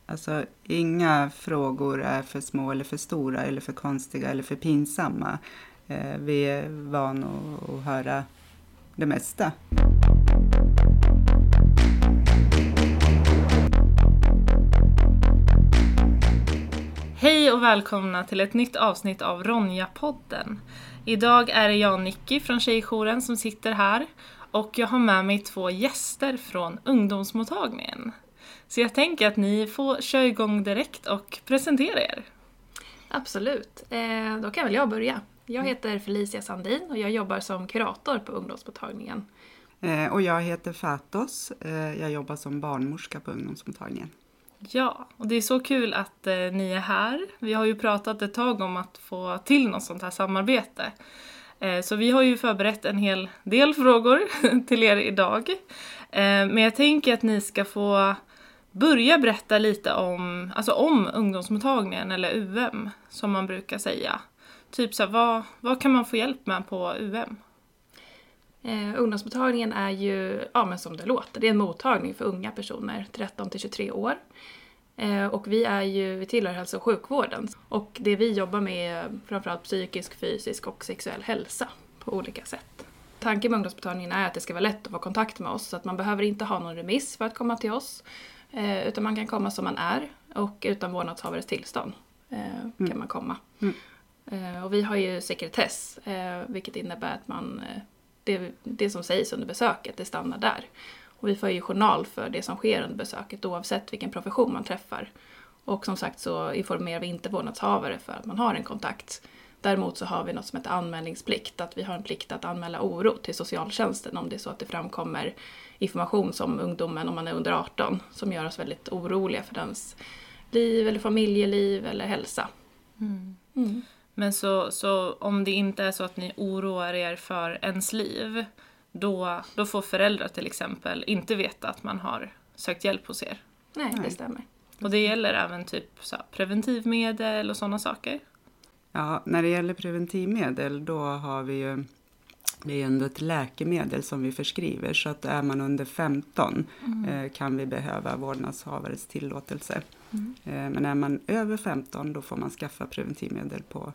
Alltså, inga frågor är för små eller för stora eller för konstiga eller för pinsamma. Vi är vana att höra det mesta. Hej och välkomna till ett nytt avsnitt av Ronja-podden. Idag är det jag och Nicky från Tjejjouren som sitter här. Och jag har med mig 2 gäster från ungdomsmottagningen. Så jag tänker att ni får köra igång direkt och presentera er. Absolut. Då kan väl jag börja. Jag heter Felicia Sandin och jag jobbar som kurator på ungdomsmottagningen. Och jag heter Fatos. Jag jobbar som barnmorska på ungdomsmottagningen. Ja, och det är så kul att ni är här. Vi har ju pratat ett tag om att få till något sånt här samarbete. Så vi har ju förberett en hel del frågor till er idag. Men jag tänker att ni ska få börja berätta lite om ungdomsmottagningen eller UM som man brukar säga. Typ så här, vad kan man få hjälp med på UM? Ungdomsmottagningen är ju, men som det låter, det är en mottagning för unga personer, 13-23 år. Och vi tillhör hälso- och sjukvården. Och det vi jobbar med är framförallt psykisk, fysisk och sexuell hälsa på olika sätt. Tanken med ungdomsmottagningen är att det ska vara lätt att få kontakt med oss. Så att man behöver inte ha någon remiss för att komma till oss. Utan man kan komma som man är och utan vårdnadshavares tillstånd kan man komma. Och vi har ju sekretess, vilket innebär att det som sägs under besöket, det stannar där. Och vi får ju journal för det som sker under besöket oavsett vilken profession man träffar. Och som sagt så informerar vi inte vårdnadshavare för att man har en kontakt. Däremot så har vi något som heter anmälningsplikt. Att vi har en plikt att anmäla oro till socialtjänsten om det är så att det framkommer information som ungdomen, om man är under 18, som gör oss väldigt oroliga för dens liv eller familjeliv eller hälsa. Men så om det inte är så att ni oroar er för ens liv, då får föräldrar till exempel inte veta att man har sökt hjälp hos er. Nej, det stämmer. Och det gäller även typ så här, preventivmedel och sådana saker? Ja, när det gäller preventivmedel då har vi ju, det är ändå ett läkemedel som vi förskriver, så att är man under 15 kan vi behöva vårdnadshavares tillåtelse. Men är man över 15 då får man skaffa preventivmedel på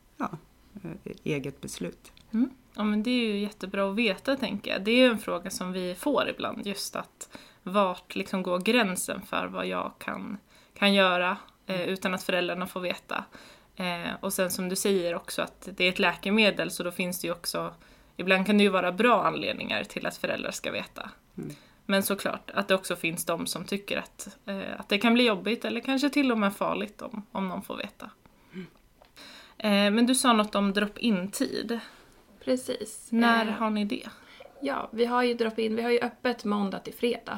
eget beslut. Ja, men det är ju jättebra att veta, tänker jag. Det är en fråga som vi får ibland, just att vart liksom går gränsen för vad jag kan göra utan att föräldrarna får veta. Och sen som du säger också att det är ett läkemedel, så då finns det ju också, ibland kan det ju vara bra anledningar till att föräldrar ska veta. Men såklart att det också finns de som tycker att det kan bli jobbigt eller kanske till och med farligt om någon får veta. Men du sa något om drop-in-tid. Precis. När har ni det? Ja, vi har ju drop-in, vi har ju öppet måndag till fredag.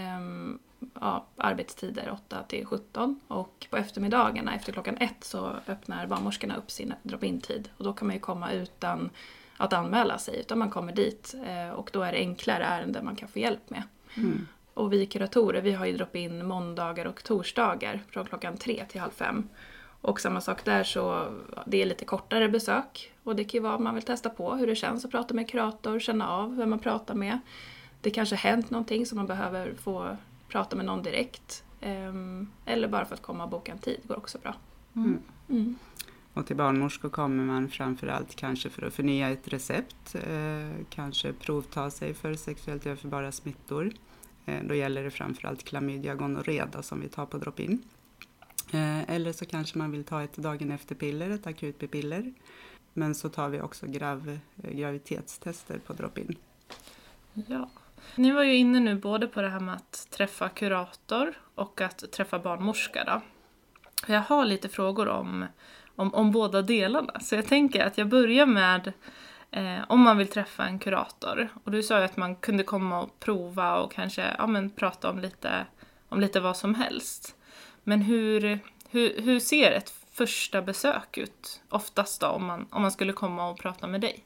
Arbetstider 8-17. Och på eftermiddagarna efter klockan 1 så öppnar barnmorskorna upp sin drop-in-tid. Och då kan man ju komma utan att anmäla sig, utan man kommer dit. Och då är det enklare ärenden man kan få hjälp med. Och vi kuratorer, vi har ju drop-in måndagar och torsdagar från klockan 3 till 4:30. Och samma sak där, så det är lite kortare besök. Och det kan ju vara att man vill testa på hur det känns att prata med kurator, känna av vem man pratar med. Det kanske hänt någonting som man behöver få prata med någon direkt. Eller bara för att komma och boka en tid går också bra. Och till barnmorskor kommer man framförallt kanske för att förnya ett recept. Kanske provta sig för sexuellt överförbara smittor. Då gäller det framförallt klamydia, gonorré som vi tar på drop-in. Eller så kanske man vill ta ett dagen efter-piller, ett akut p-piller. Men så tar vi också graviditetstester på drop-in. Ja. Ni var ju inne nu både på det här med att träffa kurator och att träffa barnmorska då. Jag har lite frågor om båda delarna. Så jag tänker att jag börjar med om man vill träffa en kurator. Och du sa ju att man kunde komma och prova och kanske prata om lite vad som helst. Men hur ser ett första besök ut oftast då om man skulle komma och prata med dig?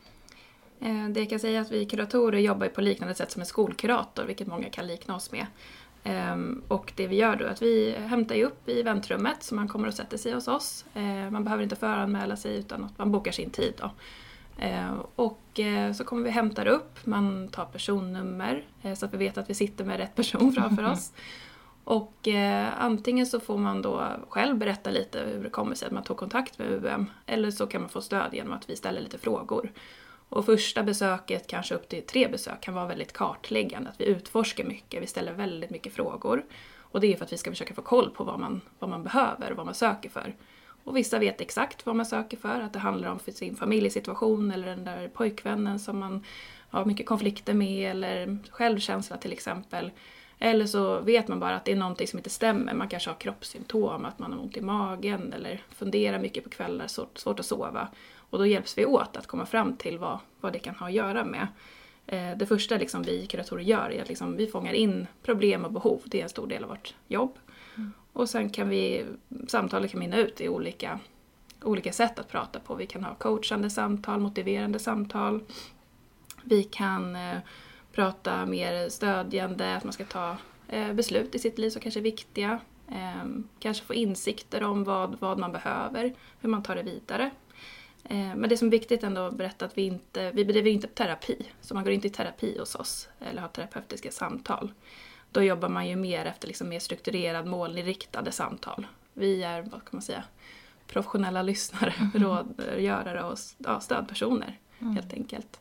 Det jag kan säga är att vi kuratorer jobbar på liknande sätt som en skolkurator, vilket många kan likna oss med. Och det vi gör då är att vi hämtar ju upp i väntrummet så man kommer och sätter sig hos oss. Man behöver inte föranmäla sig utan att man bokar sin tid då. Och så kommer vi hämta upp, man tar personnummer så att vi vet att vi sitter med rätt person framför oss. Och antingen så får man då själv berätta lite hur det kommer sig att man tog kontakt med UM. Eller så kan man få stöd genom att vi ställer lite frågor. Och första besöket, kanske upp till 3 besök, kan vara väldigt kartläggande. Att vi utforskar mycket, vi ställer väldigt mycket frågor. Och det är för att vi ska försöka få koll på vad man behöver och vad man söker för. Och vissa vet exakt vad man söker för. Att det handlar om för sin familjesituation eller den där pojkvännen som man har mycket konflikter med. Eller självkänsla till exempel. Eller så vet man bara att det är någonting som inte stämmer. Man kanske har kroppssymptom, att man har ont i magen eller funderar mycket på kvällar, svårt att sova. Och då hjälps vi åt att komma fram till vad det kan ha att göra med. Det första liksom vi kuratorer gör är att liksom vi fångar in problem och behov. Det är en stor del av vårt jobb. Och sen kan samtalet kan mynna ut i olika sätt att prata på. Vi kan ha coachande samtal, motiverande samtal. Vi kan prata mer stödjande, att man ska ta beslut i sitt liv som kanske är viktiga. Kanske få insikter om vad man behöver, hur man tar det vidare. Men det som är viktigt ändå att berätta att vi bedriver inte terapi. Så man går inte i terapi hos oss eller har terapeutiska samtal. Då jobbar man ju mer efter liksom mer strukturerad, målinriktade samtal. Vi är, vad kan man säga, professionella lyssnare, rådgörare och stödpersoner helt enkelt.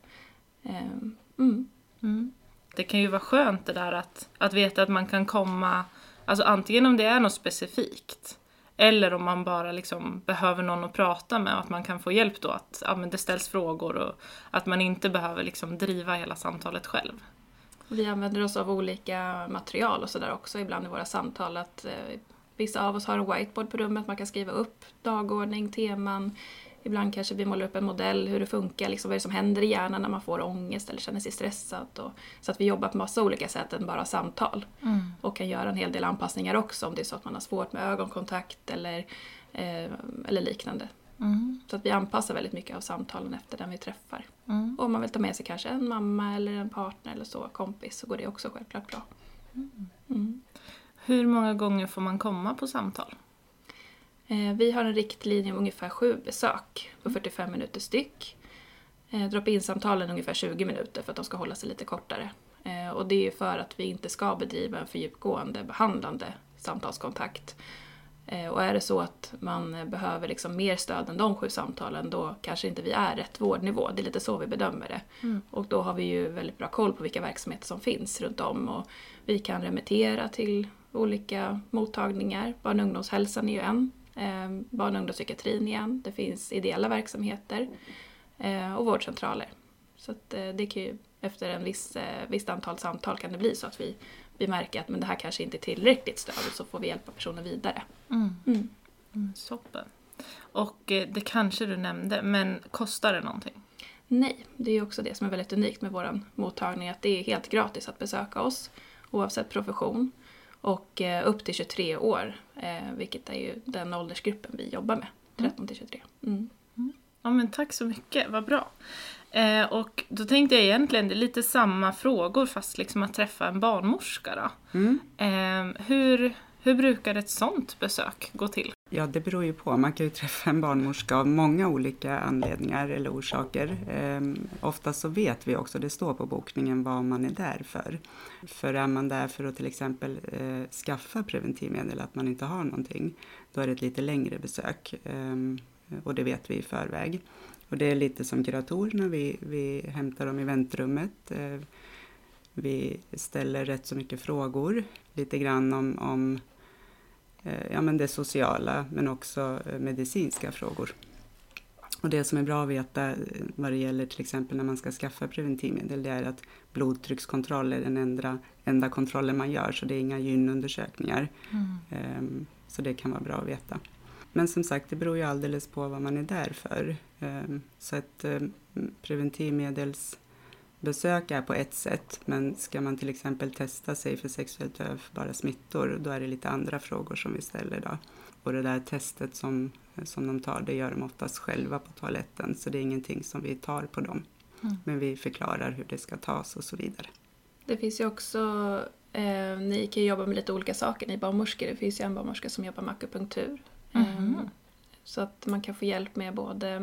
Det kan ju vara skönt det där att veta att man kan komma, alltså antingen om det är något specifikt eller om man bara liksom behöver någon att prata med och att man kan få hjälp då att men det ställs frågor och att man inte behöver liksom driva hela samtalet själv. Vi använder oss av olika material och sådär också ibland i våra samtal. Att vissa av oss har en whiteboard på rummet, man kan skriva upp dagordning, teman. Ibland kanske vi målar upp en modell hur det funkar, liksom vad det som händer i hjärnan när man får ångest eller känner sig stressad. Så att vi jobbar på massa olika sätt än bara samtal. Och kan göra en hel del anpassningar också om det är så att man har svårt med ögonkontakt eller liknande. Så att vi anpassar väldigt mycket av samtalen efter den vi träffar. Och om man vill ta med sig kanske en mamma eller en partner eller så, kompis, så går det också självklart bra. Hur många gånger får man komma på samtal? Vi har en riktlinje om ungefär 7 besök på 45 minuter styck. Drop-in-samtalen ungefär 20 minuter för att de ska hålla sig lite kortare. Och det är för att vi inte ska bedriva en fördjupgående behandlande samtalskontakt. Och är det så att man behöver liksom mer stöd än de 7 samtalen, då kanske inte vi är rätt vårdnivå. Det är lite så vi bedömer det. Och då har vi ju väldigt bra koll på vilka verksamheter som finns runt om. Och vi kan remittera till olika mottagningar. Barn- och ungdomshälsan är ju en. Barn- och ungdomspsykiatrin igen. Det finns ideella verksamheter. Och vårdcentraler. Så att det kan ju, efter en visst antal samtal kan det bli så att vi märker att men det här kanske inte är tillräckligt stöd, och så får vi hjälpa personen vidare. Super. Och det kanske du nämnde, men kostar det någonting? Nej, det är också det som är väldigt unikt med vår mottagning, att det är helt gratis att besöka oss oavsett profession. Och upp till 23 år, vilket är ju den åldersgruppen vi jobbar med, 13-23. Ja, men tack så mycket, vad bra. Och då tänkte jag egentligen, det är lite samma frågor fast liksom att träffa en barnmorska då. Hur brukar ett sånt besök gå till? Ja, det beror ju på. Man kan ju träffa en barnmorska av många olika anledningar eller orsaker. Ofta så vet vi också, det står på bokningen vad man är där för. För är man där för att till exempel skaffa preventivmedel, att man inte har någonting, då är det ett lite längre besök. Och det vet vi i förväg. Och det är lite som kurator när vi hämtar dem i väntrummet. Vi ställer rätt så mycket frågor. Lite grann om men det sociala, men också medicinska frågor. Och det som är bra att veta vad det gäller till exempel när man ska skaffa preventivmedel, det är att blodtryckskontroll är den enda kontrollen man gör. Så det är inga gynundersökningar. Så det kan vara bra att veta. Men som sagt, det beror ju alldeles på vad man är där för. Så ett preventivmedelsbesök är på ett sätt. Men ska man till exempel testa sig för sexuellt överförbara smittor, då är det lite andra frågor som vi ställer då. Och det där testet som de tar, det gör de oftast själva på toaletten. Så det är ingenting som vi tar på dem. Men vi förklarar hur det ska tas och så vidare. Det finns ju också, ni kan jobba med lite olika saker, ni barnmorskor. Det finns ju en barnmorska som jobbar med akupunktur. Så att man kan få hjälp med både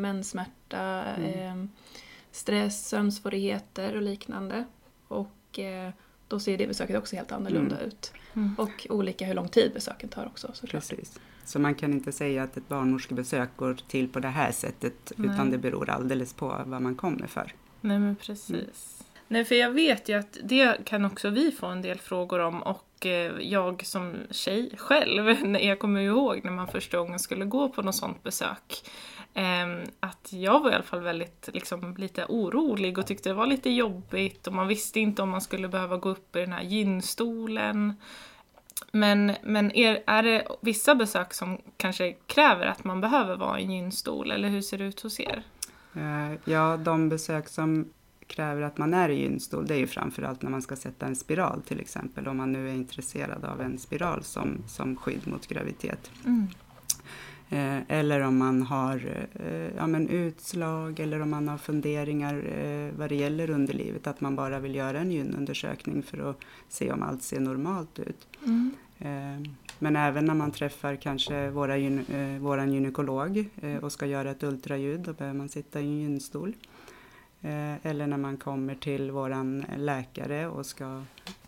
menssmärta, stress, sömnsvårigheter och liknande. Och då ser det besöket också helt annorlunda ut. Och olika hur lång tid besöken tar också såklart. Precis. Så man kan inte säga att ett barnmorskebesök går till på det här sättet, utan det beror alldeles på vad man kommer för. Nej, men precis. Nej, för jag vet ju att det kan också vi få en del frågor om, och jag som tjej själv, jag kommer ihåg när man första gången skulle gå på något sånt besök, att jag var i alla fall väldigt liksom, lite orolig och tyckte det var lite jobbigt, och man visste inte om man skulle behöva gå upp i den här gynstolen. Men är det vissa besök som kanske kräver att man behöver vara i en gynstol, eller hur ser det ut hos er? Ja, de besök som kräver att man är i gynstol, det är ju framförallt när man ska sätta en spiral till exempel, om man nu är intresserad av en spiral som skydd mot graviditet. Eller om man har utslag, eller om man har funderingar vad det gäller underlivet, att man bara vill göra en gynundersökning för att se om allt ser normalt ut. Men även när man träffar kanske våran gynekolog och ska göra ett ultraljud, då behöver man sitta i en gynstol. Eller när man kommer till våran läkare och ska,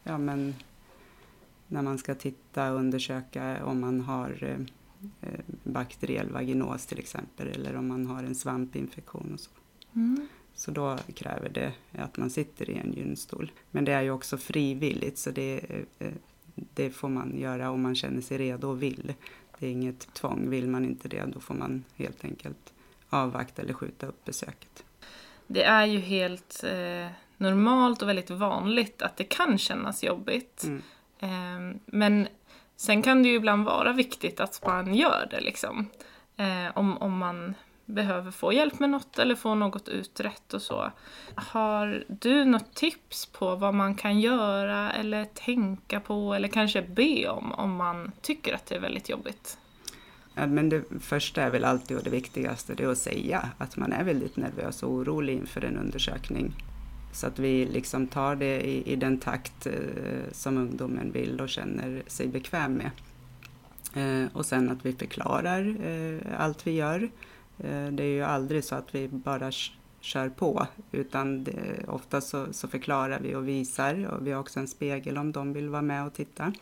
när man ska titta och undersöka om man har bakteriell vaginos till exempel, eller om man har en svampinfektion och så. Så då kräver det att man sitter i en gynstol. Men det är ju också frivilligt, så det får man göra om man känner sig redo och vill. Det är inget tvång. Vill man inte det, då får man helt enkelt avvakta eller skjuta upp besöket. Det är ju helt normalt och väldigt vanligt att det kan kännas jobbigt. Men sen kan det ju ibland vara viktigt att man gör det liksom. Om man behöver få hjälp med något eller få något utrett och så. Har du något tips på vad man kan göra eller tänka på eller kanske be om man tycker att det är väldigt jobbigt? Ja, men det första är väl alltid, och det viktigaste, det är att säga att man är väldigt nervös och orolig inför en undersökning. Så att vi liksom tar det i den takt som ungdomen vill och känner sig bekväm med. Och sen att vi förklarar allt vi gör. Det är ju aldrig så att vi bara kör på, utan ofta så förklarar vi och visar, och vi har också en spegel om de vill vara med och titta.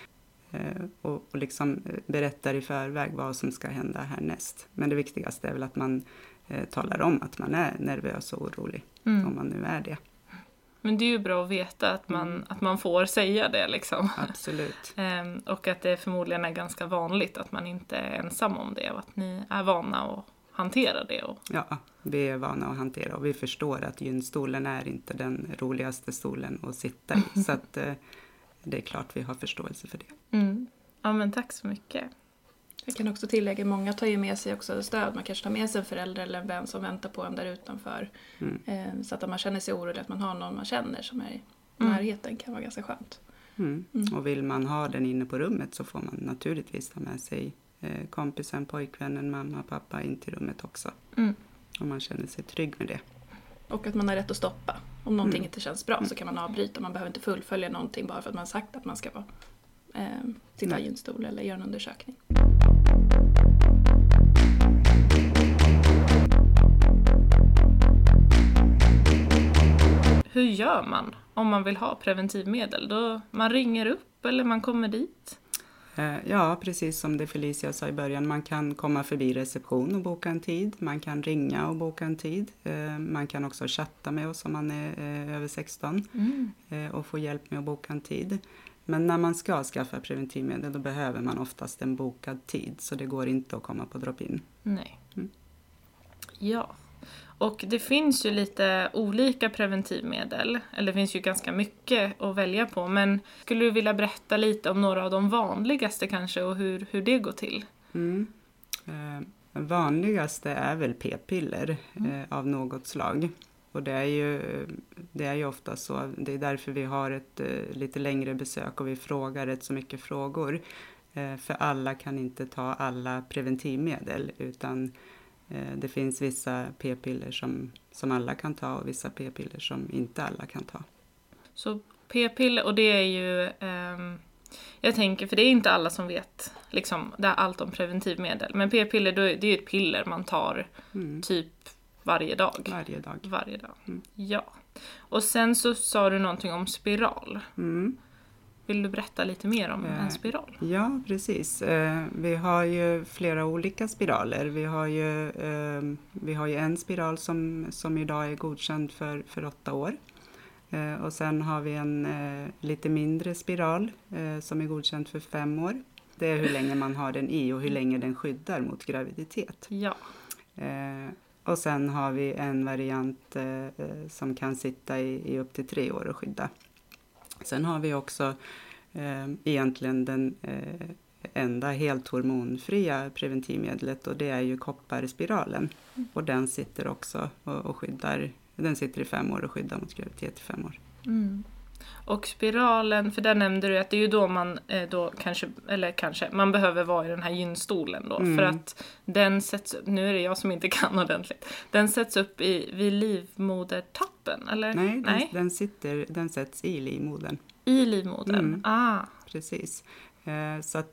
Och liksom berättar i förväg vad som ska hända härnäst. Men det viktigaste är väl att man talar om att man är nervös och orolig, om man nu är det. Men det är ju bra att veta att man får säga det liksom. Absolut. Och att det förmodligen är ganska vanligt att man inte är ensam om det, och att ni är vana att hantera det. Ja, vi är vana att hantera, och vi förstår att gynstolen är inte den roligaste stolen att sitta i. Så att det är klart vi har förståelse för det. Ja, men tack så mycket. Jag kan också tillägga, många tar ju med sig också stöd. Man kanske tar med sig en förälder eller en vän som väntar på en där utanför. Så att om man känner sig orolig, att man har någon man känner som är i närheten, kan vara ganska skönt. Och vill man ha den inne på rummet, så får man naturligtvis ta med sig kompisen, pojkvännen, mamma, pappa in till rummet också. Om man känner sig trygg med det. Och att man har rätt att stoppa. Om någonting inte känns bra så kan man avbryta. Man behöver inte fullfölja någonting bara för att man har sagt att man ska sitta i en stol eller göra en undersökning. Hur gör man om man vill ha preventivmedel? Då man ringer upp eller man kommer dit? Ja, precis som det Felicia sa i början. Man kan komma förbi reception och boka en tid. Man kan ringa och boka en tid. Man kan också chatta med oss om man är över 16 och få hjälp med att boka en tid. Men när man ska skaffa preventivmedel, då behöver man oftast en bokad tid. Så det går inte att komma på drop-in. Nej. Ja. Och det finns ju lite olika preventivmedel. Eller det finns ju ganska mycket att välja på. Men skulle du vilja berätta lite om några av de vanligaste kanske och hur det går till? Vanligaste är väl p-piller av något slag. Och det är ju ofta så. Det är därför vi har ett lite längre besök och vi frågar rätt så mycket frågor. För alla kan inte ta alla preventivmedel, utan det finns vissa p-piller som alla kan ta och vissa p-piller som inte alla kan ta. Så p-piller, och det är ju, jag tänker, för det är inte alla som vet liksom, det är allt om preventivmedel. Men p-piller, det är ett piller man tar typ varje dag. Varje dag. Ja. Och sen så sa du någonting om spiral. Mm. Vill du berätta lite mer om en spiral? Ja, precis. Vi har ju flera olika spiraler. Vi har ju en spiral som idag är godkänd för 8 år. Och sen har vi en lite mindre spiral som är godkänd för 5 år. Det är hur länge man har den i och hur länge den skyddar mot graviditet. Ja. Och sen har vi en variant som kan sitta i upp till 3 år och skydda. Sen har vi också egentligen den enda helt hormonfria preventivmedlet, och det är ju kopparspiralen. Och den sitter också och skyddar, den sitter i 5 år och skyddar mot graviditet i 5 år. Mm. Och spiralen, för där nämnde du att det är ju då man man behöver vara i den här gynstolen då. För att den sätts upp, nu är det jag som inte kan ordentligt, den sätts upp vid livmodertappen, eller? Nej. Den sätts i livmodern. I livmodern? Precis. Så att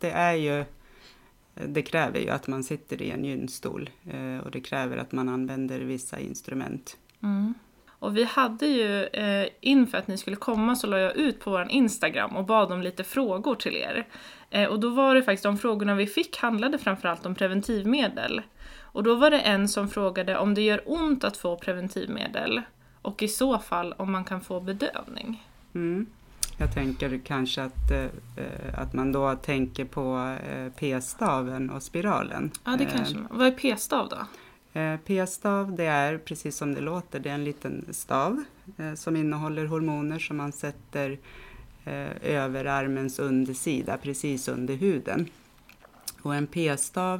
det kräver ju att man sitter i en gynstol, och det kräver att man använder vissa instrument. Mm. Och vi hade ju, inför att ni skulle komma så la jag ut på vår Instagram och bad om lite frågor till er. Och då var det faktiskt, de frågorna vi fick handlade framförallt om preventivmedel. Och då var det en som frågade om det gör ont att få preventivmedel. Och i så fall om man kan få bedövning. Mm. Jag tänker kanske att man då tänker på p-staven och spiralen. Ja, det kanske man. Vad är p-stav då? P-stav, det är precis som det låter, det är en liten stav som innehåller hormoner som man sätter över armens undersida, precis under huden. Och en p-stav,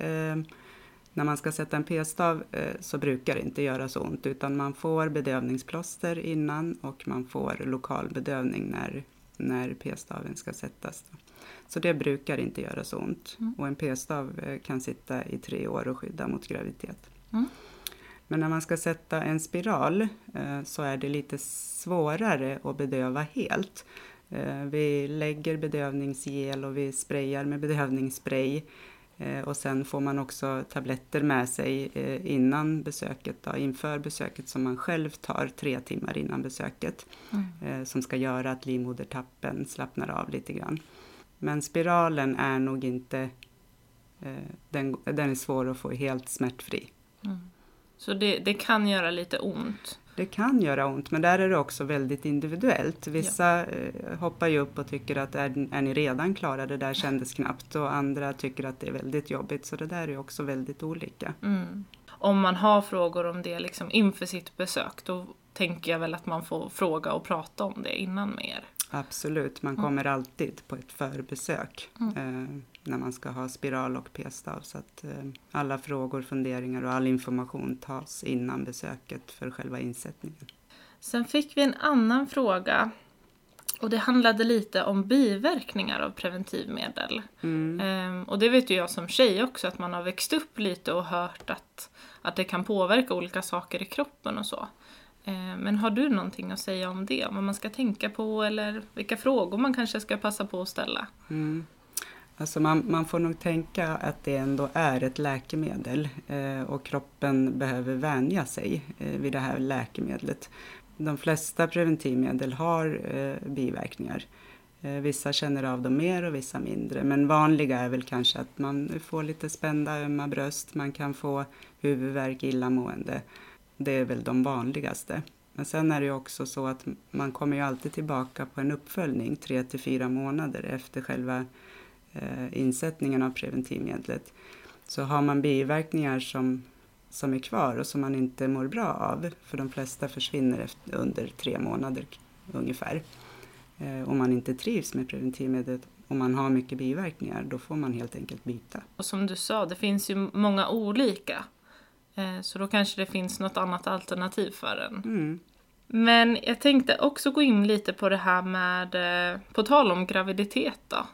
när man ska sätta en p-stav så brukar det inte göra så ont, utan man får bedövningsplåster innan och man får lokal bedövning när p-staven ska sättas. Så det brukar inte göra så ont. Och en p-stav kan sitta i 3 år och skydda mot graviditet. Men när man ska sätta en spiral så är det lite svårare att bedöva helt. Vi lägger bedövningsgel och vi sprayar med bedövningsspray. Och sen får man också tabletter med sig innan besöket, inför besöket, som man själv tar 3 timmar innan besöket. Som ska göra att livmodertappen slappnar av lite grann. Men spiralen är nog inte, den är svår att få helt smärtfri. Så det kan göra lite ont? Det kan göra ont, men där är det också väldigt individuellt. Vissa hoppar ju upp och tycker att är ni redan klara, det där kändes knappt. Och andra tycker att det är väldigt jobbigt, så det där är också väldigt olika. Om man har frågor om det liksom inför sitt besök, då tänker jag väl att man får fråga och prata om det innan med er. Absolut, man kommer alltid på ett förbesök när man ska ha spiral och p-stav. Så att alla frågor, funderingar och all information tas innan besöket för själva insättningen. Sen fick vi en annan fråga. Och det handlade lite om biverkningar av preventivmedel. Och det vet ju jag som tjej också, att man har växt upp lite och hört att det kan påverka olika saker i kroppen och så. Men har du någonting att säga om det? Om vad man ska tänka på eller vilka frågor man kanske ska passa på att ställa? Alltså man får nog tänka att det ändå är ett läkemedel och kroppen behöver vänja sig vid det här läkemedlet. De flesta preventivmedel har biverkningar. Vissa känner av dem mer och vissa mindre. Men vanliga är väl kanske att man får lite spända, ömma bröst. Man kan få huvudvärk, illamående. Det är väl de vanligaste. Men sen är det ju också så att man kommer ju alltid tillbaka på en uppföljning 3-4 månader efter själva insättningen av preventivmedlet. Så har man biverkningar som är kvar och som man inte mår bra av, för de flesta försvinner under 3 månader ungefär. Om man inte trivs med preventivmedlet och man har mycket biverkningar, då får man helt enkelt byta. Och som du sa, det finns ju många olika. Så då kanske det finns något annat alternativ för en. Men jag tänkte också gå in lite på det här med, på tal om graviditet då.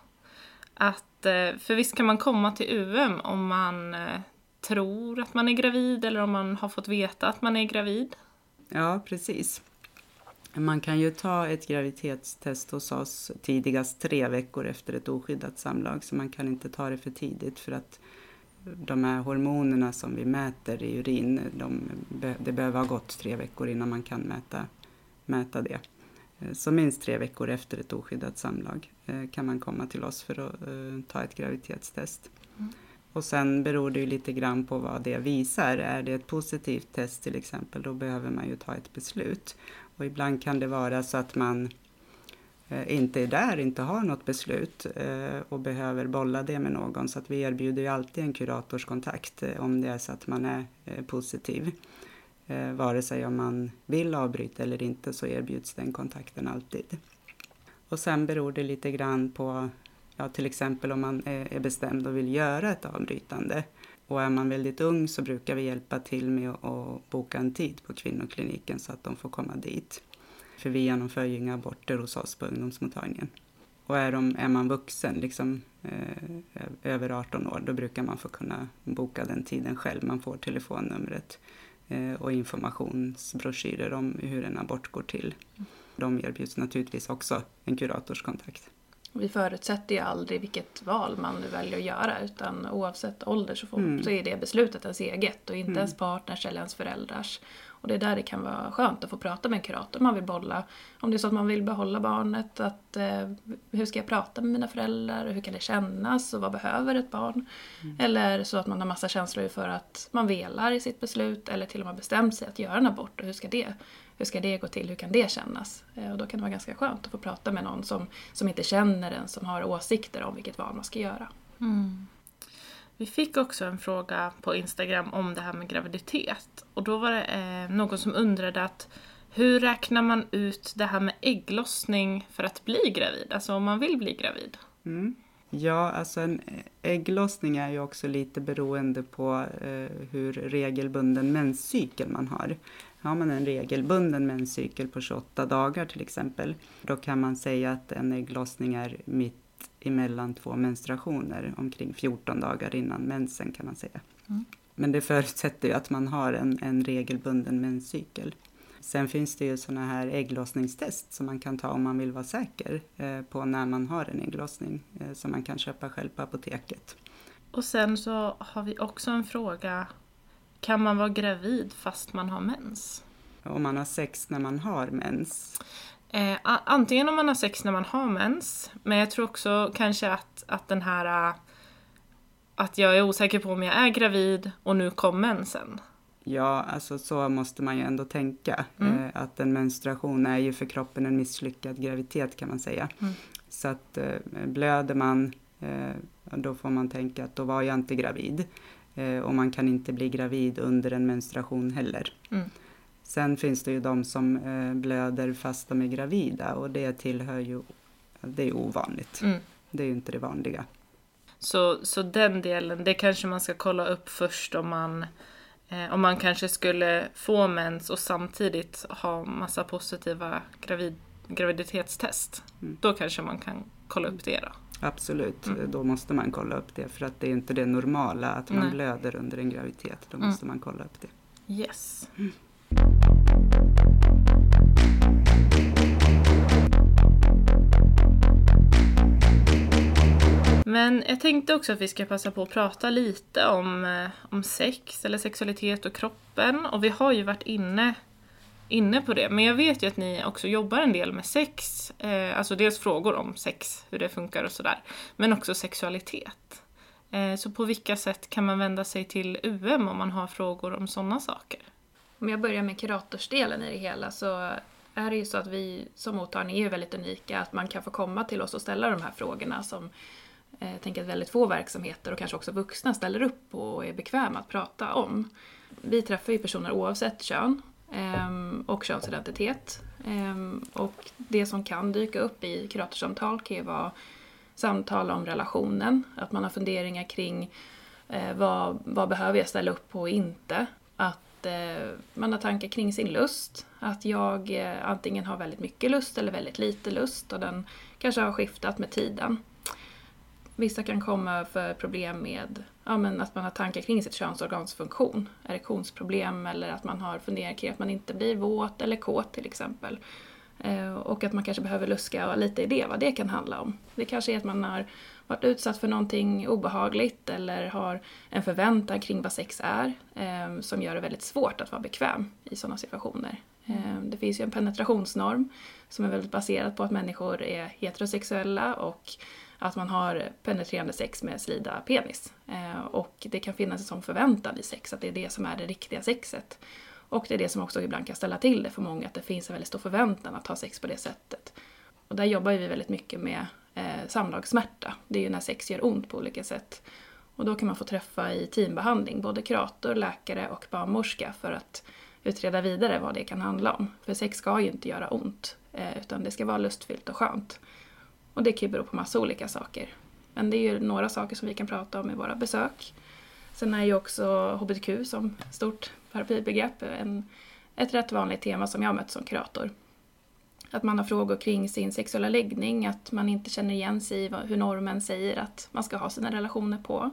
För visst kan man komma till UM om man tror att man är gravid eller om man har fått veta att man är gravid? Ja, precis. Man kan ju ta ett graviditetstest hos oss tidigast 3 veckor efter ett oskyddat samlag. Så man kan inte ta det för tidigt, för att de här hormonerna som vi mäter i urin, det behöver ha gått 3 veckor innan man kan mäta mäta det. Så minst 3 veckor efter ett oskyddat samlag kan man komma till oss för att ta ett graviditetstest. Och sen beror det ju lite grann på vad det visar. Är det ett positivt test till exempel, då behöver man ju ta ett beslut. Och ibland kan det vara så att man inte har något beslut och behöver bolla det med någon. Så att vi erbjuder ju alltid en kuratorskontakt om det är så att man är positiv. Vare sig om man vill avbryta eller inte, så erbjuds den kontakten alltid. Och sen beror det lite grann på, till exempel om man är bestämd och vill göra ett avbrytande. Och är man väldigt ung så brukar vi hjälpa till med att boka en tid på kvinnokliniken så att de får komma dit. För vi genomför ju inga aborter hos oss på ungdomsmottagningen. Och är man vuxen, liksom över 18 år, då brukar man få kunna boka den tiden själv. Man får telefonnumret och informationsbroschyrer om hur en abort går till. De erbjuds naturligtvis också en kuratorskontakt. Vi förutsätter ju aldrig vilket val man väljer att göra, utan oavsett ålder så är det beslutet ens eget och inte ens partners eller ens föräldrars. Och det är där det kan vara skönt att få prata med en kurator. Man vill om det är så att man vill behålla barnet, att hur ska jag prata med mina föräldrar, hur kan det kännas och vad behöver ett barn? Eller så att man har massa känslor för att man velar i sitt beslut eller till och med bestämt sig att göra en abort. Och hur ska det gå till, hur kan det kännas? Och då kan det vara ganska skönt att få prata med någon som inte känner en, som har åsikter om vilket val man ska göra. Vi fick också en fråga på Instagram om det här med graviditet. Och då var det någon som undrade att hur räknar man ut det här med ägglossning för att bli gravid? Alltså om man vill bli gravid. Ja, alltså en ägglossning är ju också lite beroende på hur regelbunden menscykel man har. Har man en regelbunden menscykel på 28 dagar till exempel, då kan man säga att en ägglossning är mitt emellan 2 menstruationer, omkring 14 dagar innan mensen kan man säga. Men det förutsätter ju att man har en regelbunden menscykel. Sen finns det ju såna här ägglossningstest som man kan ta om man vill vara säker på när man har en ägglossning, som man kan köpa själv på apoteket. Och sen så har vi också en fråga, kan man vara gravid fast man har mens? Om man har sex när man har mens? Antingen om man har sex när man har mens, men jag tror också kanske att den här att jag är osäker på om jag är gravid och nu kom mensen. Ja, alltså så måste man ju ändå tänka. Att en menstruation är ju för kroppen en misslyckad graviditet kan man säga. Så att blöder man, då får man tänka att då var jag inte gravid. Och man kan inte bli gravid under en menstruation heller. Sen finns det ju de som blöder fast de är gravida, och det tillhör ju, det är ovanligt. Det är ju inte det vanliga. Så den delen, det kanske man ska kolla upp först om man kanske skulle få mens och samtidigt ha massa positiva graviditetstest. Då kanske man kan kolla upp det då. Absolut, då måste man kolla upp det, för att det är inte det normala att man blöder under en graviditet. Då måste man kolla upp det. Yes. Men jag tänkte också att vi ska passa på att prata lite om sex eller sexualitet och kroppen. Och vi har ju varit inne på det. Men jag vet ju att ni också jobbar en del med sex. Alltså dels frågor om sex, hur det funkar och sådär. Men också sexualitet. Så på vilka sätt kan man vända sig till UM om man har frågor om sådana saker? Om jag börjar med kuratorsdelen i det hela, så är det ju så att vi som mottagning är ju väldigt unika. Att man kan få komma till oss och ställa de här frågorna som jag tänker att väldigt få verksamheter och kanske också vuxna ställer upp på och är bekväma att prata om. Vi träffar ju personer oavsett kön och könsidentitet. Och det som kan dyka upp i kuratorsamtal kan ju vara samtal om relationen. Att man har funderingar kring vad behöver jag ställa upp på och inte. Att man har tankar kring sin lust. Att jag antingen har väldigt mycket lust eller väldigt lite lust. Och den kanske har skiftat med tiden. Vissa kan komma för problem med att man har tankar kring sitt könsorgans funktion. Erektionsproblem, eller att man har funderingar kring att man inte blir våt eller kåt till exempel. Och att man kanske behöver luska lite i det, vad det kan handla om. Det kanske är att man har varit utsatt för någonting obehagligt eller har en förväntan kring vad sex är, som gör det väldigt svårt att vara bekväm i sådana situationer. Det finns ju en penetrationsnorm som är väldigt baserad på att människor är heterosexuella och att man har penetrerande sex med slida penis. Och det kan finnas en sån förväntan i sex att det är det som är det riktiga sexet. Och det är det som också ibland kan ställa till det för många, att det finns en väldigt stor förväntan att ha sex på det sättet. Och där jobbar vi väldigt mycket med samlagssmärta. Det är ju när sex gör ont på olika sätt. Och då kan man få träffa i teambehandling både kurator, läkare och barnmorska för att utreda vidare vad det kan handla om. För sex ska ju inte göra ont, utan det ska vara lustfyllt och skönt. Och det kan ju bero på massa olika saker. Men det är ju några saker som vi kan prata om i våra besök. Sen är ju också hbtq som stort paraplybegrepp ett rätt vanligt tema som jag har mött som kurator. Att man har frågor kring sin sexuella läggning, att man inte känner igen sig i hur normen säger att man ska ha sina relationer på.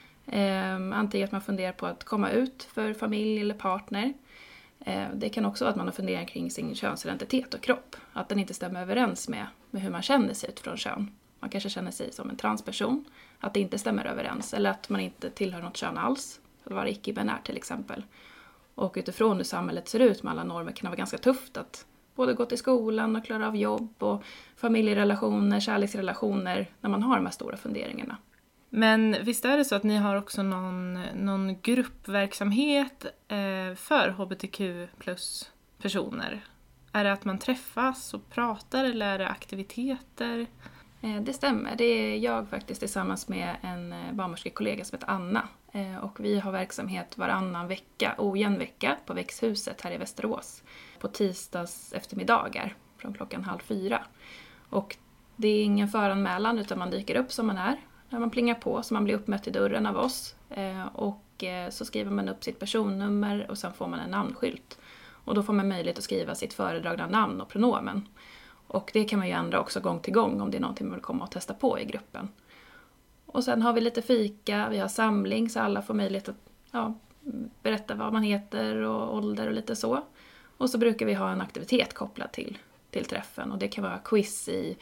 Antingen att man funderar på att komma ut för familj eller partner. Det kan också vara att man har funderat kring sin könsidentitet och kropp. Att den inte stämmer överens med hur man känner sig utifrån kön. Man kanske känner sig som en transperson, att det inte stämmer överens. Eller att man inte tillhör något kön alls, att vara icke-binär till exempel. Och utifrån hur samhället ser ut med alla normer kan det vara ganska tufft att både gå till skolan och klara av jobb och familjerelationer, kärleksrelationer när man har de här stora funderingarna. Men visst är det så att ni har också någon gruppverksamhet för hbtq plus personer? Är det att man träffas och pratar eller är det aktiviteter? Det stämmer. Det är jag faktiskt tillsammans med en barnmorskekollega som heter Anna. Och vi har verksamhet varannan vecka, ojämn vecka, på Växthuset här i Västerås. På tisdags eftermiddagar från 3:30. Och det är ingen föranmälan utan man dyker upp som man är. När man plingar på så man blir uppmätt i dörren av oss. Och så skriver man upp sitt personnummer och sen får man en namnskylt. Och då får man möjlighet att skriva sitt föredragna namn och pronomen. Och det kan man ju ändra också gång till gång om det är någonting man vill komma och testa på i gruppen. Och sen har vi lite fika, vi har samling så alla får möjlighet att berätta vad man heter och ålder och lite så. Och så brukar vi ha en aktivitet kopplad till träffen och det kan vara quiz i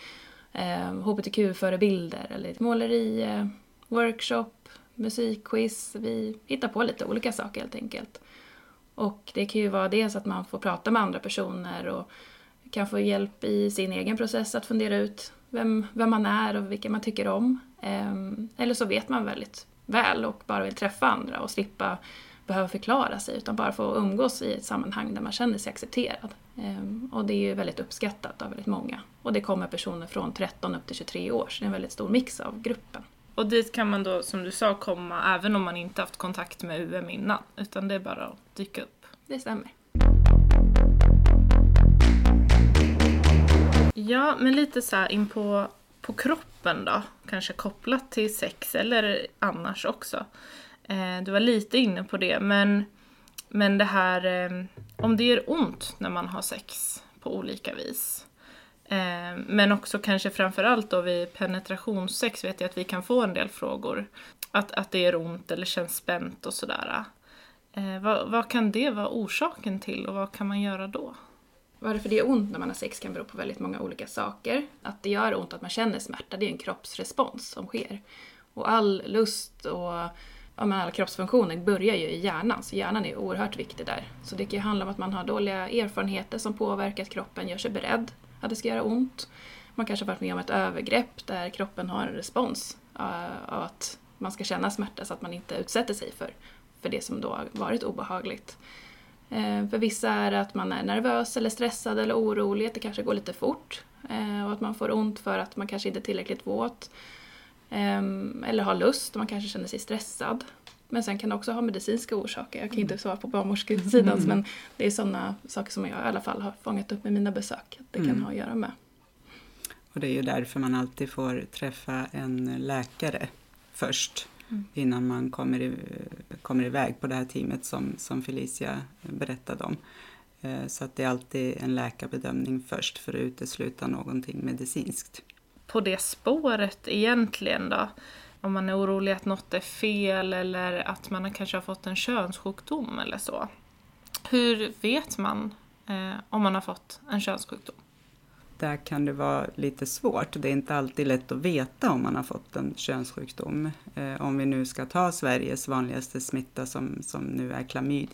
hbtq-förebilder eller måleri, workshop, musikquiz. Vi hittar på lite olika saker helt enkelt. Och det kan ju vara dels att man får prata med andra personer och kan få hjälp i sin egen process att fundera ut vem man är och vilka man tycker om. Eller så vet man väldigt väl och bara vill träffa andra och slippa behöva förklara sig utan bara få umgås i ett sammanhang där man känner sig accepterad. Och det är ju väldigt uppskattat av väldigt många. Och det kommer personer från 13 upp till 23 år så det är en väldigt stor mix av gruppen. Och dit kan man då, som du sa, komma även om man inte haft kontakt med UM innan utan det är bara att dyka upp. Det stämmer. Ja, men lite så här in på kroppen då. Kanske kopplat till sex eller annars också. Du var lite inne på det. Men det här om det gör ont när man har sex på olika vis. Men också kanske framförallt då vid penetrationssex vet jag att vi kan få en del frågor. Att det gör ont eller känns spänt och sådär. Vad kan det vara orsaken till och vad kan man göra då? Varför det gör ont när man har sex kan bero på väldigt många olika saker. Att det gör ont att man känner smärta, det är en kroppsrespons som sker. Och all lust och alla kroppsfunktioner börjar ju i hjärnan, så hjärnan är oerhört viktig där. Så det kan ju handla om att man har dåliga erfarenheter som påverkar att kroppen gör sig beredd att det ska göra ont. Man kanske har varit med om ett övergrepp där kroppen har en respons av att man ska känna smärta så att man inte utsätter sig för det som då har varit obehagligt. För vissa är det att man är nervös eller stressad eller orolig, att det kanske går lite fort och att man får ont för att man kanske inte är tillräckligt våt eller har lust och man kanske känner sig stressad. Men sen kan det också ha medicinska orsaker. Jag kan inte svara på barnmorskesidan men det är sådana saker som jag i alla fall har fångat upp med mina besök att det kan ha att göra med. Och det är ju därför man alltid får träffa en läkare först. Innan man kommer iväg på det här teamet som Felicia berättade om. Så att det är alltid en läkarbedömning först för att utesluta någonting medicinskt. På det spåret egentligen då, om man är orolig att något är fel eller att man kanske har fått en könssjukdom eller så. Hur vet man om man har fått en könssjukdom? Där kan det vara lite svårt. Det är inte alltid lätt att veta om man har fått en könssjukdom. Om vi nu ska ta Sveriges vanligaste smitta som nu är klamydia.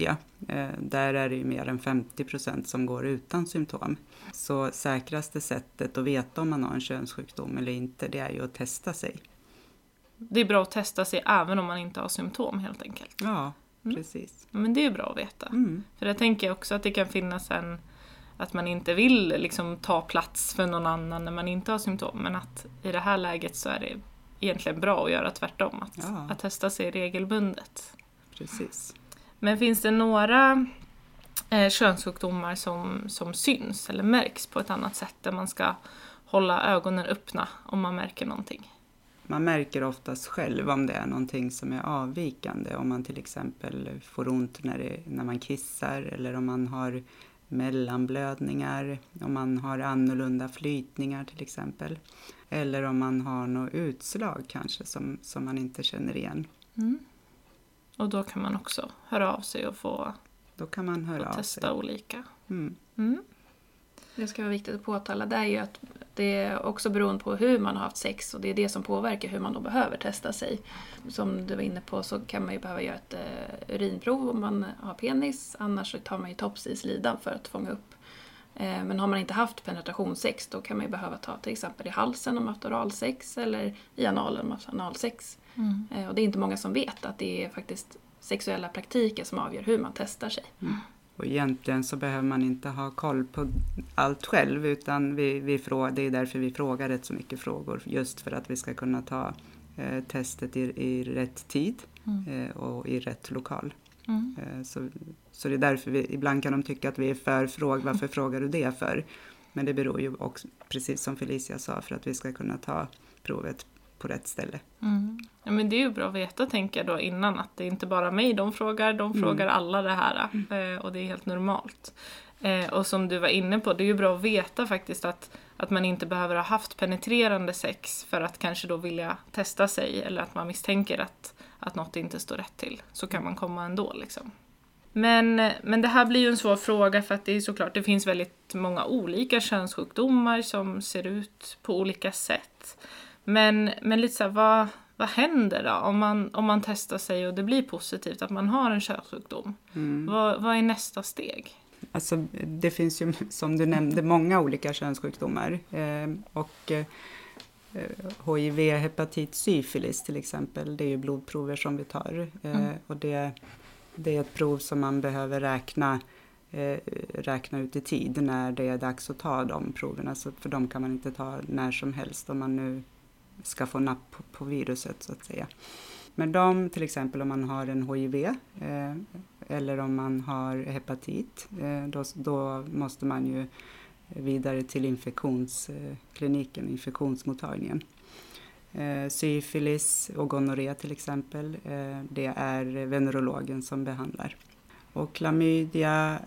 Där är det ju mer än 50% som går utan symptom. Så säkraste sättet att veta om man har en könssjukdom eller inte, det är ju att testa sig. Det är bra att testa sig även om man inte har symptom helt enkelt. Ja, precis. Men det är bra att veta. För jag tänker också att det kan finnas att man inte vill liksom ta plats för någon annan när man inte har symptom. Men att i det här läget så är det egentligen bra att göra tvärtom. Att testa sig regelbundet. Precis. Men finns det några könssjukdomar som syns eller märks på ett annat sätt där man ska hålla ögonen öppna om man märker någonting? Man märker oftast själv om det är någonting som är avvikande. Om man till exempel får ont när man kissar eller om man har mellanblödningar, om man har annorlunda flytningar till exempel. Eller om man har något utslag kanske som man inte känner igen. Och då kan man också höra av sig och få testa olika. Det ska vara viktigt att påtala, det är ju att det är också beroende på hur man har haft sex och det är det som påverkar hur man då behöver testa sig. Som du var inne på så kan man ju behöva göra ett urinprov om man har penis, annars så tar man ju tops i slidan för att fånga upp. Men har man inte haft penetrationssex då kan man ju behöva ta till exempel i halsen om man har haft oralsex eller i analen om man har haft analsex. Och det är inte många som vet att det är faktiskt sexuella praktiker som avgör hur man testar sig. Och egentligen så behöver man inte ha koll på allt själv utan det är därför vi frågar rätt så mycket frågor. Just för att vi ska kunna ta testet i rätt tid och i rätt lokal. Så det är därför ibland kan de tycka att vi är varför frågar du det för? Men det beror ju också, precis som Felicia sa, för att vi ska kunna ta provet på rätt ställe. Ja, men det är ju bra att veta, tänker jag då innan, att det är inte bara mig de frågar alla det här. Och det är helt normalt. Och som du var inne på, det är ju bra att veta faktiskt att man inte behöver ha haft penetrerande sex för att kanske då vilja testa sig, eller att man misstänker att något inte står rätt till. Så kan man komma ändå liksom. Men det här blir ju en svår fråga för att det är såklart, det finns väldigt många olika könssjukdomar som ser ut på olika sätt. Men lite så här, vad händer då om man testar sig och det blir positivt att man har en könssjukdom? Vad är nästa steg? Alltså det finns ju, som du nämnde, många olika könssjukdomar. HIV, hepatit, syfilis till exempel, det är ju blodprover som vi tar. Och det är ett prov som man behöver räkna ut i tid när det är dags att ta de proverna. Så för de kan man inte ta när som helst om man nu ska få napp på viruset så att säga. Men de, till exempel om man har en HIV eller om man har hepatit, då måste man ju vidare till infektionskliniken, infektionsmottagningen. Syfilis och gonorré till exempel, det är venerologen som behandlar. Och klamydia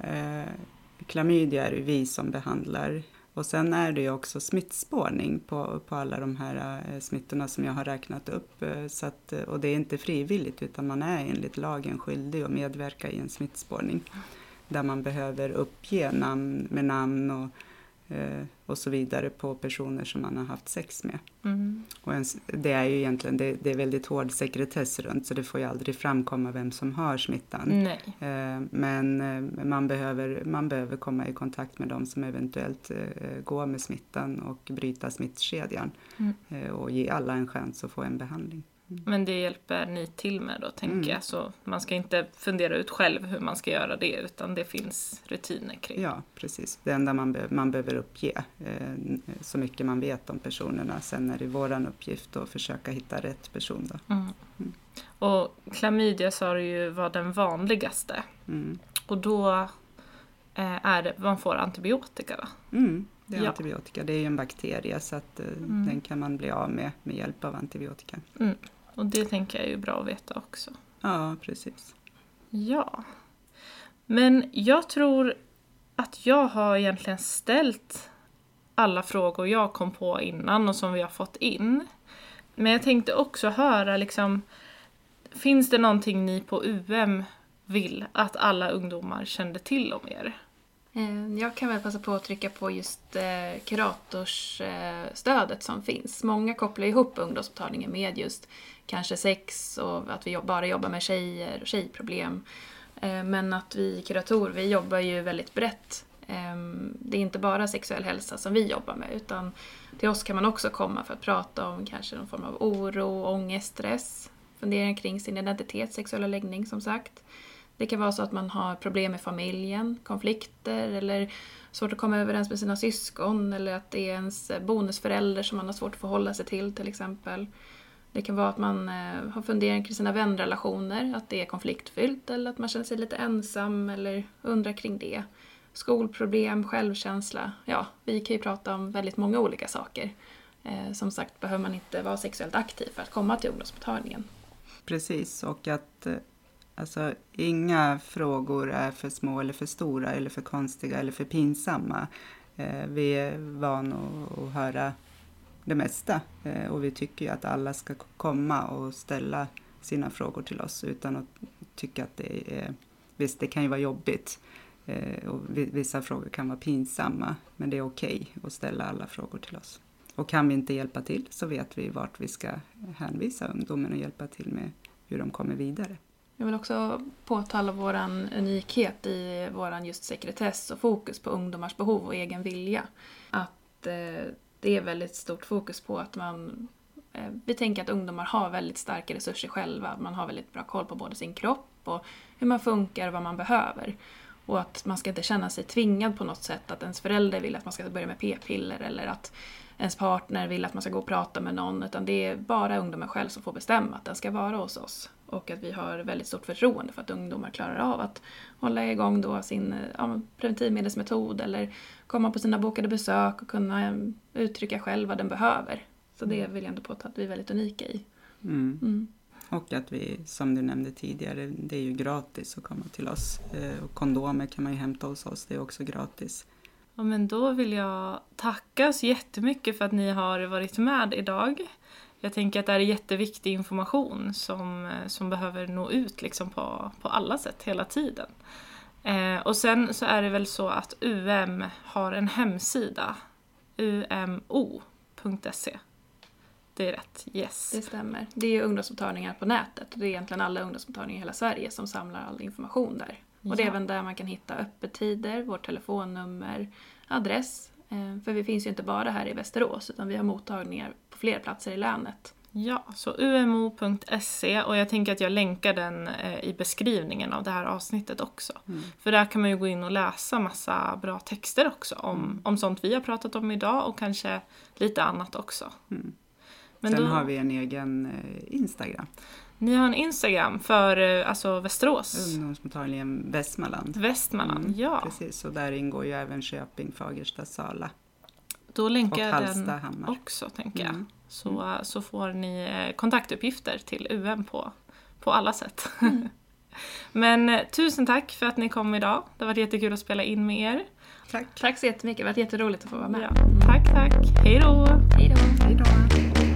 är det vi som behandlar. Och sen är det ju också smittspårning på alla de här smittorna som jag har räknat upp. Och det är inte frivilligt utan man är enligt lagen skyldig att medverka i en smittspårning. Där man behöver uppge namn och så vidare på personer som man har haft sex med. Och det är ju egentligen, det är väldigt hård sekretess runt så det får ju aldrig framkomma vem som har smittan. Nej. Men man behöver komma i kontakt med de som eventuellt går med smittan och bryta smittkedjan och ge alla en chans att få en behandling. Men det hjälper ni till med då, tänker jag. Så man ska inte fundera ut själv hur man ska göra det, utan det finns rutiner kring. Ja, precis. Det enda man behöver uppge så mycket man vet om personerna. Sen är det våran uppgift att försöka hitta rätt person då. Och klamydia sa du ju var den vanligaste. Och då är det, man får antibiotika va? Det är antibiotika. Det är ju en bakterie så att den kan man bli av med hjälp av antibiotika. Och det tänker jag är ju bra att veta också. Ja, precis. Ja. Men jag tror att jag har egentligen ställt alla frågor jag kom på innan och som vi har fått in. Men jag tänkte också höra liksom, finns det någonting ni på UM vill att alla ungdomar kände till om er? Jag kan väl passa på att trycka på just kuratorsstödet som finns. Många kopplar ihop ungdomsmottagningen med just kanske sex och att vi bara jobbar med tjejer och tjejproblem. Men att vi kuratorer, vi jobbar ju väldigt brett. Det är inte bara sexuell hälsa som vi jobbar med, utan till oss kan man också komma för att prata om kanske någon form av oro, ångest, stress, funderingar kring sin identitet, sexuella läggning som sagt. Det kan vara så att man har problem med familjen, konflikter eller svårt att komma överens med sina syskon, eller att det är ens bonusförälder som man har svårt att förhålla sig till exempel. Det kan vara att man har funderingar kring sina vänrelationer, att det är konfliktfyllt eller att man känner sig lite ensam eller undrar kring det. Skolproblem, självkänsla, ja, vi kan ju prata om väldigt många olika saker. Som sagt behöver man inte vara sexuellt aktiv för att komma till ungdomsmottagningen. Precis, och att alltså, inga frågor är för små eller för stora eller för konstiga eller för pinsamma. Vi är vana att höra det mesta och vi tycker ju att alla ska komma och ställa sina frågor till oss utan att tycka att det är, visst det kan ju vara jobbigt och vissa frågor kan vara pinsamma, men det är okej att ställa alla frågor till oss. Och kan vi inte hjälpa till så vet vi vart vi ska hänvisa ungdomen och hjälpa till med hur de kommer vidare. Jag vill också påtala våran unikhet i våran just sekretess och fokus på ungdomars behov och egen vilja. Att det är väldigt stort fokus på att vi tänker att ungdomar har väldigt starka resurser själva. Man har väldigt bra koll på både sin kropp och hur man funkar och vad man behöver. Och att man ska inte känna sig tvingad på något sätt att ens förälder vill att man ska börja med p-piller eller att ens partner vill att man ska gå och prata med någon, utan det är bara ungdomen själv som får bestämma att den ska vara hos oss. Och att vi har väldigt stort förtroende för att ungdomar klarar av att hålla igång då sin preventivmedelsmetod eller komma på sina bokade besök och kunna uttrycka själv vad den behöver. Så det vill jag ändå påta att vi är väldigt unika i. Och att vi, som du nämnde tidigare, det är ju gratis att komma till oss. Och kondomer kan man ju hämta hos oss, det är också gratis. Ja, men då vill jag tacka så jättemycket för att ni har varit med idag. Jag tänker att det här är jätteviktig information som behöver nå ut liksom på alla sätt hela tiden. Och sen så är det väl så att UM har en hemsida, umo.se. Det är rätt, yes. Det stämmer. Det är ungdomsmottagningar på nätet. Och det är egentligen alla ungdomsmottagningar i hela Sverige som samlar all information där. Och det är även där man kan hitta öppettider, vårt telefonnummer, adress. För vi finns ju inte bara här i Västerås utan vi har mottagningar på fler platser i länet. Ja, så umo.se, och jag tänker att jag länkar den i beskrivningen av det här avsnittet också. För där kan man ju gå in och läsa massa bra texter också om sånt vi har pratat om idag och kanske lite annat också. Men sen har vi en egen Instagram. Ni har en Instagram för alltså Västerås. Ungdomsmottagningen Västmanland. Västmanland, ja. Precis, och där ingår ju även Köping, Fagersta, Sala. Då länkar jag den Hammar. också, tänker jag. Så får ni kontaktuppgifter till UM på alla sätt. Men tusen tack för att ni kom idag. Det har varit jättekul att spela in med er. Tack så jättemycket, det har varit jätteroligt att få vara med. Ja, tack. Hej då! Hej då!